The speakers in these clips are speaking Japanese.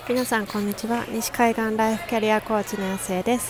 皆さんこんにちは。西海岸ライフキャリアコーチの安生です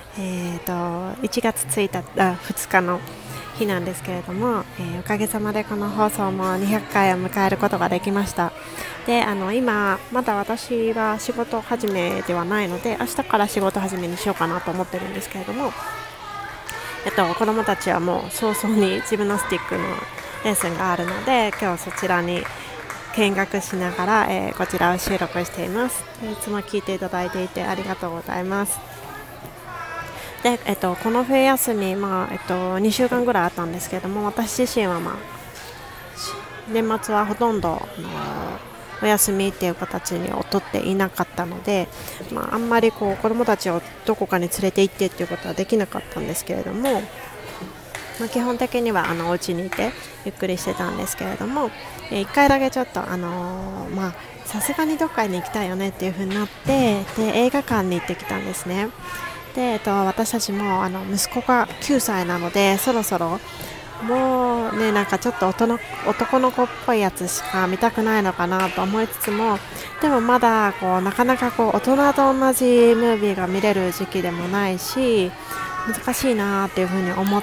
。1月1日2日の日なんですけれども、おかげさまでこの放送も200回を迎えることができました。で、今まだ私は仕事始めではないので、明日から仕事始めにしようかなと思ってるんですけれども、子どもたちはもう早々に自分のスティックのレッスンがあるので、今日そちらに見学しながら、こちらを収録しています。いつも聞いていただいていてありがとうございます。で、この冬休み、2週間ぐらいあったんですけども、私自身は、年末はほとんどお休みっていう形にを取っていなかったので、あんまり子どもたちをどこかに連れて行ってっていうことはできなかったんですけれども、基本的にはお家にいてゆっくりしてたんですけれども、1回だけちょっとさすがにどっかに行きたいよねっていう風になって、で映画館に行ってきたんですね。で、私たちも息子が9歳なので、そろそろもうね、なんかちょっと男の子っぽいやつしか見たくないのかなと思いつつも、でもまだなかなか大人と同じムービーが見れる時期でもないし、難しいなっていうふうに思って、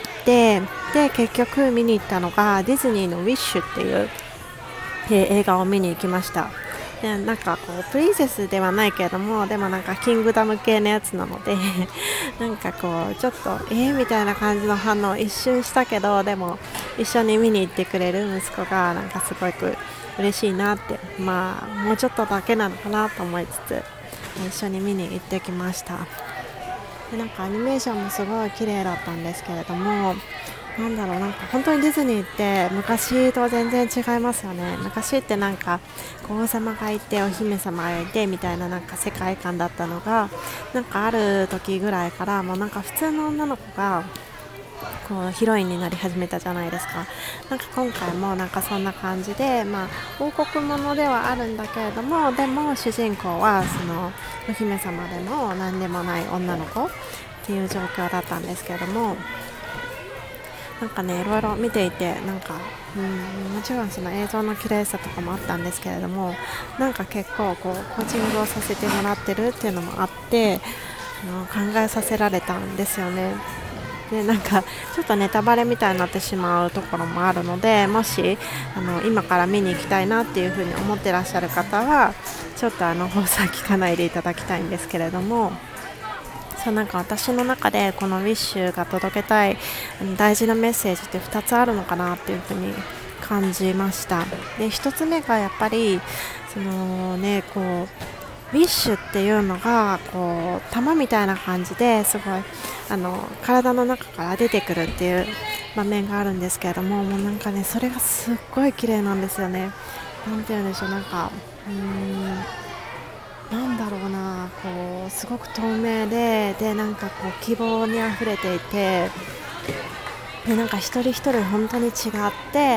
で結局見に行ったのがディズニーのウィッシュっていう、映画を見に行きました。で、なんかプリンセスではないけれども、でもなんかキングダム系のやつなのでなんかちょっとみたいな感じの反応一瞬したけど、でも一緒に見に行ってくれる息子がなんかすごく嬉しいなって、もうちょっとだけなのかなと思いつつ一緒に見に行ってきました。で、なんかアニメーションもすごい綺麗だったんですけれども、なんか本当にディズニーって昔と全然違いますよね。昔ってなんか王様がいてお姫様がいてみたいな、なんか世界観だったのが、なんかある時ぐらいからもうなんか普通の女の子がヒロインになり始めたじゃないですか。なんか今回もなんかそんな感じで、王国ものではあるんだけれども、でも主人公はそのお姫様でも何でもない女の子っていう状況だったんですけれども、なんかね、いろいろ見ていて、なんかもちろんその映像の綺麗さとかもあったんですけれども、なんか結構コーチングをさせてもらってるっていうのもあって、考えさせられたんですよね。で、なんかちょっとネタバレみたいになってしまうところもあるので、もし今から見に行きたいなっていうふうに思ってらっしゃる方はちょっと放送聞かないでいただきたいんですけれども、なんか私の中でこのウィッシュが届けたい大事なメッセージって2つあるのかなっていうふうに感じました。で、1つ目がやっぱりそのね、ウィッシュっていうのが玉みたいな感じですごい体の中から出てくるっていう場面があるんですけれども、もうなんかね、それがすっごい綺麗なんですよね。なんて言うんでしょう、なんかなんだろうな、すごく透明でなんか希望にあふれていて、でなんか一人一人本当に違って、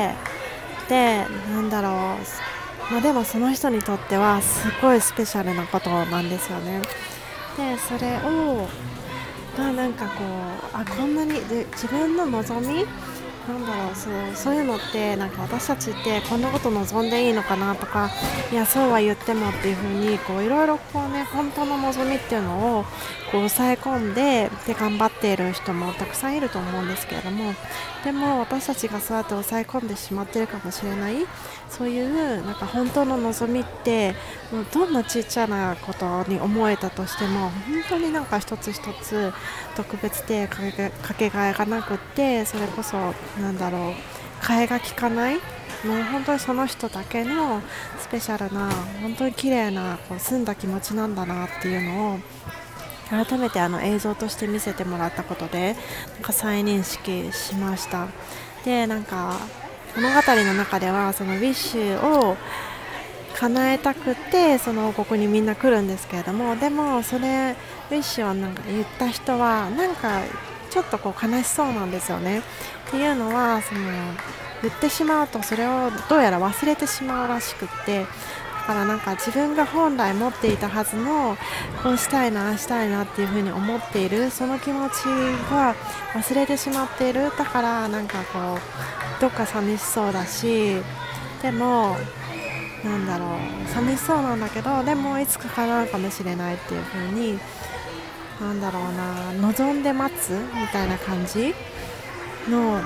でなんだろう、でもその人にとってはすごいスペシャルなことなんですよね。でそれをなんかこんなにで自分の望み、そういうのってなんか私たちってこんなこと望んでいいのかなとか、いやそうは言ってもっていう風にいろいろ本当の望みっていうのを抑え込んで頑張っている人もたくさんいると思うんですけれども、でも私たちがそうやって抑え込んでしまっているかもしれない、そういうなんか本当の望みって、もうどんなちっちゃなことに思えたとしても本当になんか一つ一つ特別でかけがえがなくって、それこそ替えが利かない、もう本当にその人だけのスペシャルな本当に綺麗な澄んだ気持ちなんだなっていうのを改めて映像として見せてもらったことでなんか再認識しました。で、なんか物語の中ではそのウィッシュを叶えたくてその王国にみんな来るんですけれども、でもそれウィッシュをなんか言った人はなんかちょっと悲しそうなんですよね。っていうのは言ってしまうとそれをどうやら忘れてしまうらしくって、だからなんか自分が本来持っていたはずのこうしたいなああしたいなっていう風に思っているその気持ちが忘れてしまっている。だからなんかどっか寂しそうだし、でもなんだろう、寂しそうなんだけど、でもいつか叶うかもしれないっていう風に、なんだろうな、望んで待つみたいな感じの、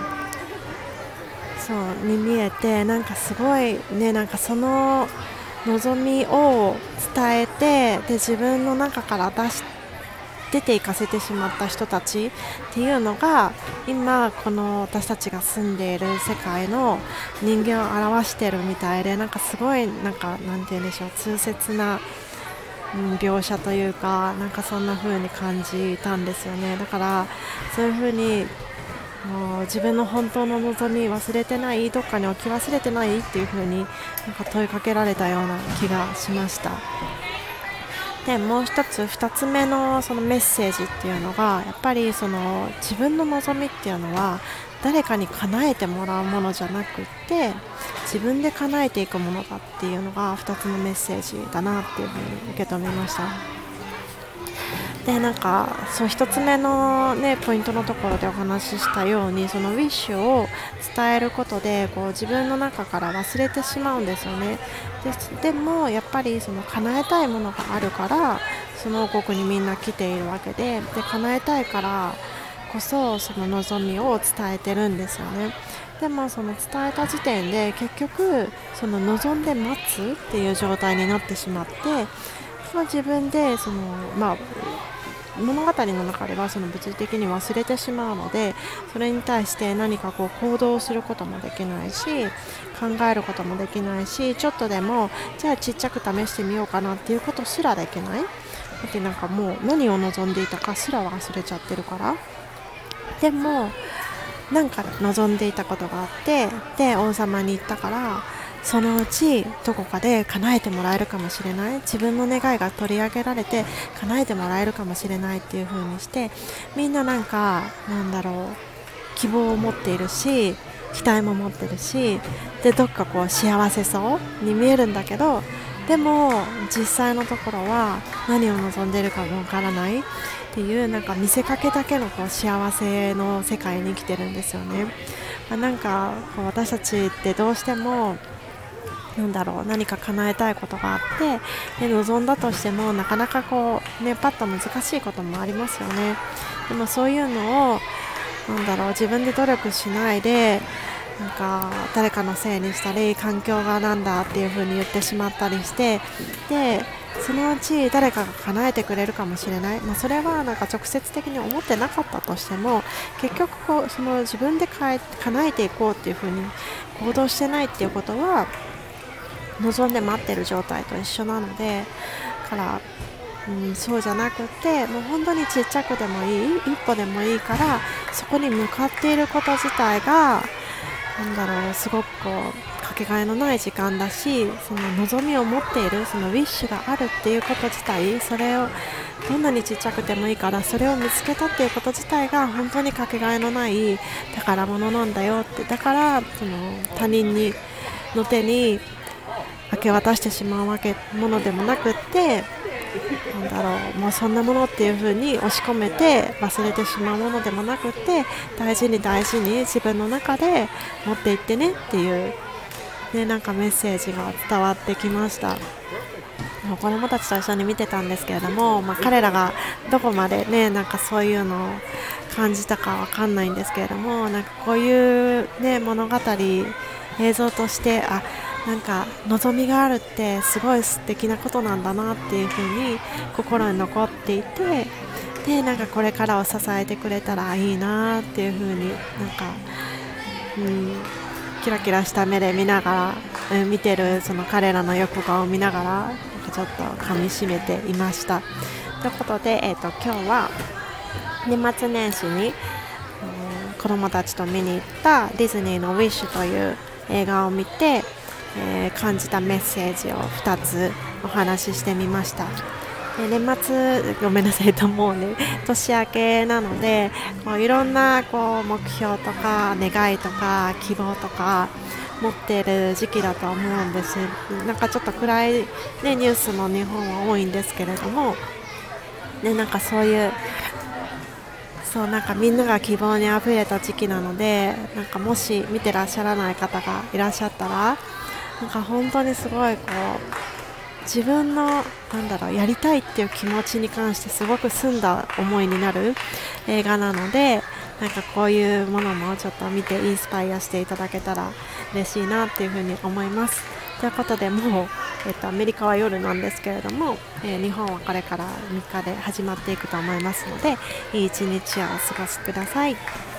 そうに見えて、なんかすごいね、なんかその望みを伝えて、で自分の中から出ていかせてしまった人たちっていうのが、今この私たちが住んでいる世界の人間を表しているみたいで、なんかすごい、なんかなんて言うんでしょう、痛切な、描写というか、なんかそんな風に感じたんですよね。だからそういう風に、もう自分の本当の望み忘れてない、どっかに置き忘れてないっていう風に、なんか問いかけられたような気がしました。でもう一つ、2つ目のそのメッセージっていうのが、やっぱりその自分の望みっていうのは誰かに叶えてもらうものじゃなくって、自分で叶えていくものだっていうのが2つのメッセージだなっていうふうに受け止めました。で、なんかそう1つ目の、ね、ポイントのところでお話ししたように、そのウィッシュを伝えることでこう自分の中から忘れてしまうんですよね。でもやっぱりその叶えたいものがあるから、その王国にみんな来ているわけで、叶えたいからこそその望みを伝えてるんですよね。でもその伝えた時点で結局その望んで待つっていう状態になってしまって、自分でその、物語の中ではその物理的に忘れてしまうので、それに対して何かこう行動することもできないし、考えることもできないし、ちょっとでもじゃあちっちゃく試してみようかなっていうことすらできない。だってなんかもう何を望んでいたかすら忘れちゃってるから。でもなんか望んでいたことがあって、で王様に言ったから、そのうちどこかで叶えてもらえるかもしれない、自分の願いが取り上げられて叶えてもらえるかもしれないっていう風にして、みんななんかなんだろう、希望を持っているし、期待も持ってるし、でどっかこう幸せそうに見えるんだけど、でも実際のところは何を望んでいるかもわからないっていう、なんか見せかけだけのこう幸せの世界に生きてるんですよね。なんかこう私たちってどうしてもなんだろう、何か叶えたいことがあって、で望んだとしてもなかなかこう、ね、パッと難しいこともありますよね。でもそういうのをなんだろう、自分で努力しないで、なんか誰かのせいにしたり、環境がなんだっていう風に言ってしまったりして、でそのうち誰かが叶えてくれるかもしれない、それはなんか直接的に思ってなかったとしても、結局こうその自分で叶えていこうっていう風に行動してないっていうことは、望んで待ってる状態と一緒なので、から、そうじゃなくて、もう本当にちっちゃくでもいい、一歩でもいいから、そこに向かっていること自体がなんだろう、すごくこうかけがえのない時間だし、その望みを持っている、そのウィッシュがあるっていうこと自体、それをどんなにちっちゃくてもいいから、それを見つけたっていうこと自体が本当にかけがえのない宝物なんだよって。だからその他人の手に明け渡してしまうものでもなくって、なんだろう、もうそんなものっていう風に押し込めて忘れてしまうものでもなくって、大事に大事に自分の中で持っていってねっていう、ね、なんかメッセージが伝わってきました。子供たちと一緒に見てたんですけれども、彼らがどこまでね、なんかそういうのを感じたかわかんないんですけれども、なんかこういう、ね、物語映像として、なんか望みがあるってすごい素敵なことなんだなっていう風に心に残っていて、でなんかこれからを支えてくれたらいいなっていう風に、なんか、キラキラした目で見ながら、見てるその彼らの横顔を見ながら、なんかちょっと噛み締めていました。ということで、今日は年末年始に、子供たちと見に行ったディズニーのウィッシュという映画を見て、感じたメッセージを2つお話ししてみました。で年末ごめんなさいと、もうね年明けなので、こういろんなこう目標とか願いとか希望とか持っている時期だと思うんです。なんかちょっと暗い、ね、ニュースも日本は多いんですけれども、ね、なんかそういうなんかみんなが希望にあふれた時期なので、なんかもし見てらっしゃらない方がいらっしゃったら、 なんか本当にすごい自分のやりたいっていう気持ちに関してすごく澄んだ思いになる映画なので、なんかこういうものもちょっと見てインスパイアしていただけたら嬉しいなっていうふうに思います。ということでもう、アメリカは夜なんですけれども、日本はこれから3日で始まっていくと思いますので、いい一日をお過ごしください。